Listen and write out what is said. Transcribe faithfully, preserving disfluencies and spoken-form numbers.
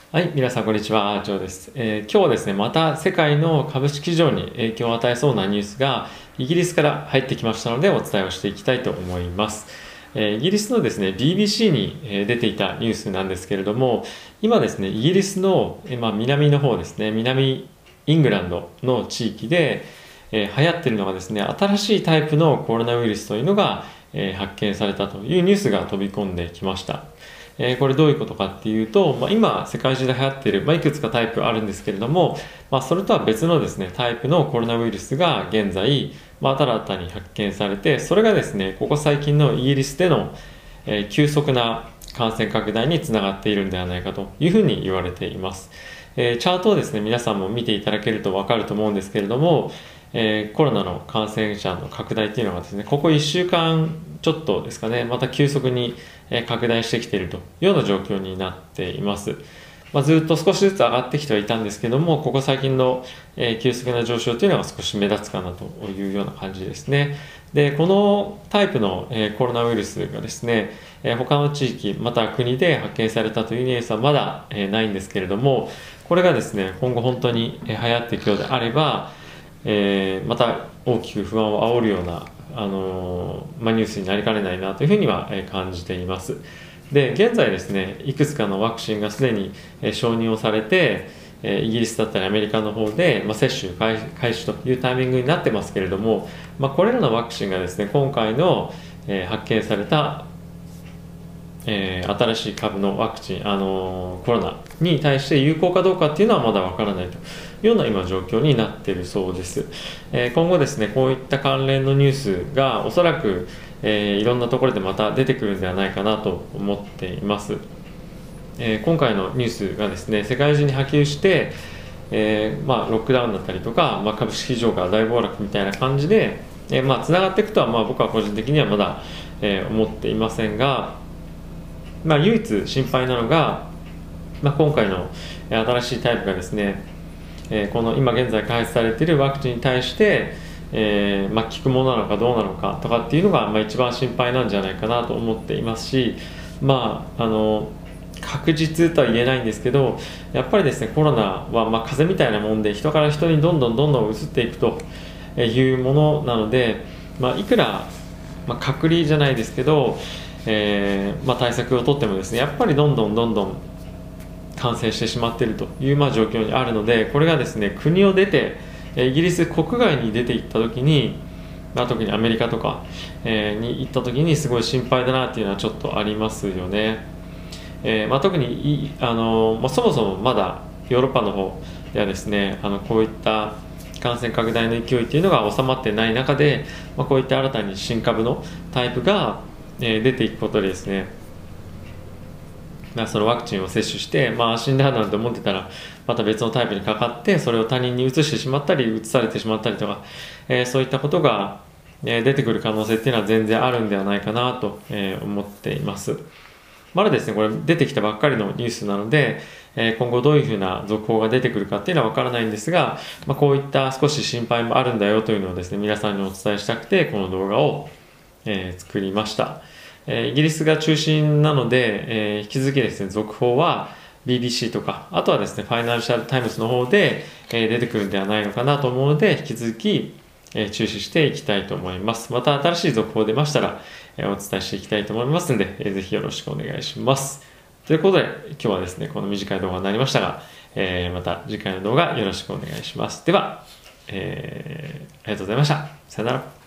はい、皆さんこんにちは、ジョーです。えー今日はですね、また世界の株式市場に影響を与えそうなニュースがイギリスから入ってきましたのでお伝えをしていきたいと思います。えーイギリスのですね、ビービーシー にえー出ていたニュースなんですけれども、今ですね、イギリスの、えーまあ、南の方ですね、南イングランドの地域で、えー流行っているのがですね、新しいタイプのコロナウイルスというのが、えー発見されたというニュースが飛び込んできました。えーこれどういうことかっていうと、まあ、今世界中で流行っている、まあ、いくつかタイプあるんですけれども、まあ、それとは別のですねタイプのコロナウイルスが現在、まあ、新たに発見されて、それがですねここ最近のイギリスでの、えー急速な感染拡大につながっているんではないかというふうに言われています。えーチャートをですね皆さんも見ていただけると分かると思うんですけれども、えーコロナの感染者の拡大っていうのがですねここいっしゅうかんちょっとですかね、また急速にえー拡大してきているというような状況になっています。まあ、ずっと少しずつ上がってきてはいたんですけども、ここ最近の、えー急速な上昇というのが少し目立つかなというような感じですね。で、このタイプの、えーコロナウイルスがですね、えー他の地域、また国で発見されたというニュースはまだ、えーないんですけれども、これがですね、今後本当にえー流行っていくようであれば、えーまた大きく不安を煽るようなあのーまあ、ニュースになりかねないなというふうにはえー感じています。で、現在ですね、いくつかのワクチンがすでにえー承認をされて、えーイギリスだったりアメリカの方で、まあ、接種開開始というタイミングになってますけれども、まあ、これらのワクチンがですね、今回のえー発見されたえー新しい株のワクチン、あのーコロナに対して有効かどうかっていうのはまだわからないというような今状況になっているそうです。えー今後ですね、こういった関連のニュースがおそらく、えーいろんなところでまた出てくるんではないかなと思っています。えー今回のニュースがですね、世界中に波及して、えーまあ、ロックダウンだったりとか、まあ、株式市場が大暴落みたいな感じで、えーまあ、つながっていくとは、まあ、僕は個人的にはまだ、えー思っていませんが、まあ、唯一心配なのが、まあ、今回のえー新しいタイプがですね、えーこの今現在開発されているワクチンに対して、えーまあ、効くものなのかどうなのかとかっていうのが、まあ、一番心配なんじゃないかなと思っていますし、まあ、あの確実とは言えないんですけど、やっぱりですねコロナはまあ風邪みたいなもんで人から人にどんどんどんどん移っていくというものなので、まあ、いくら、まあ、隔離じゃないですけど、えーまあ、対策をとってもですねやっぱりどんどんどんどん感染してしまっているという、まあ、状況にあるので、これがですね国を出てイギリス国外に出ていった時に、まあ、特にアメリカとか、えーに行った時にすごい心配だなっていうのはちょっとありますよね。えーまあ、特にいあの、まあ、そもそもまだヨーロッパの方ではですねあのこういった感染拡大の勢いというのが収まってない中で、まあ、こういった新たに新株のタイプが、えー出ていくことでですね、まあ、そのワクチンを接種して、まあ、安心だなんて思ってたらまた別のタイプにかかってそれを他人に移してしまったり移されてしまったりとか、えーそういったことが、えー出てくる可能性っていうのは全然あるんではないかなと、えー思っています。まだですねこれ出てきたばっかりのニュースなので、えー今後どういうふうな続報が出てくるかっていうのは分からないんですが、まあ、こういった少し心配もあるんだよというのをですね皆さんにお伝えしたくてこの動画を、えー作りました。えーイギリスが中心なので、えー引き続きですね続報は ビービーシー とかあとはですねファイナンシャルタイムズの方で、えー出てくるんではないのかなと思うので引き続き、えー注視していきたいと思います。また新しい続報出ましたら、えーお伝えしていきたいと思いますので、えーぜひよろしくお願いします。ということで今日はですねこの短い動画になりましたが、えーまた次回の動画よろしくお願いします。では、えーありがとうございました。さよなら。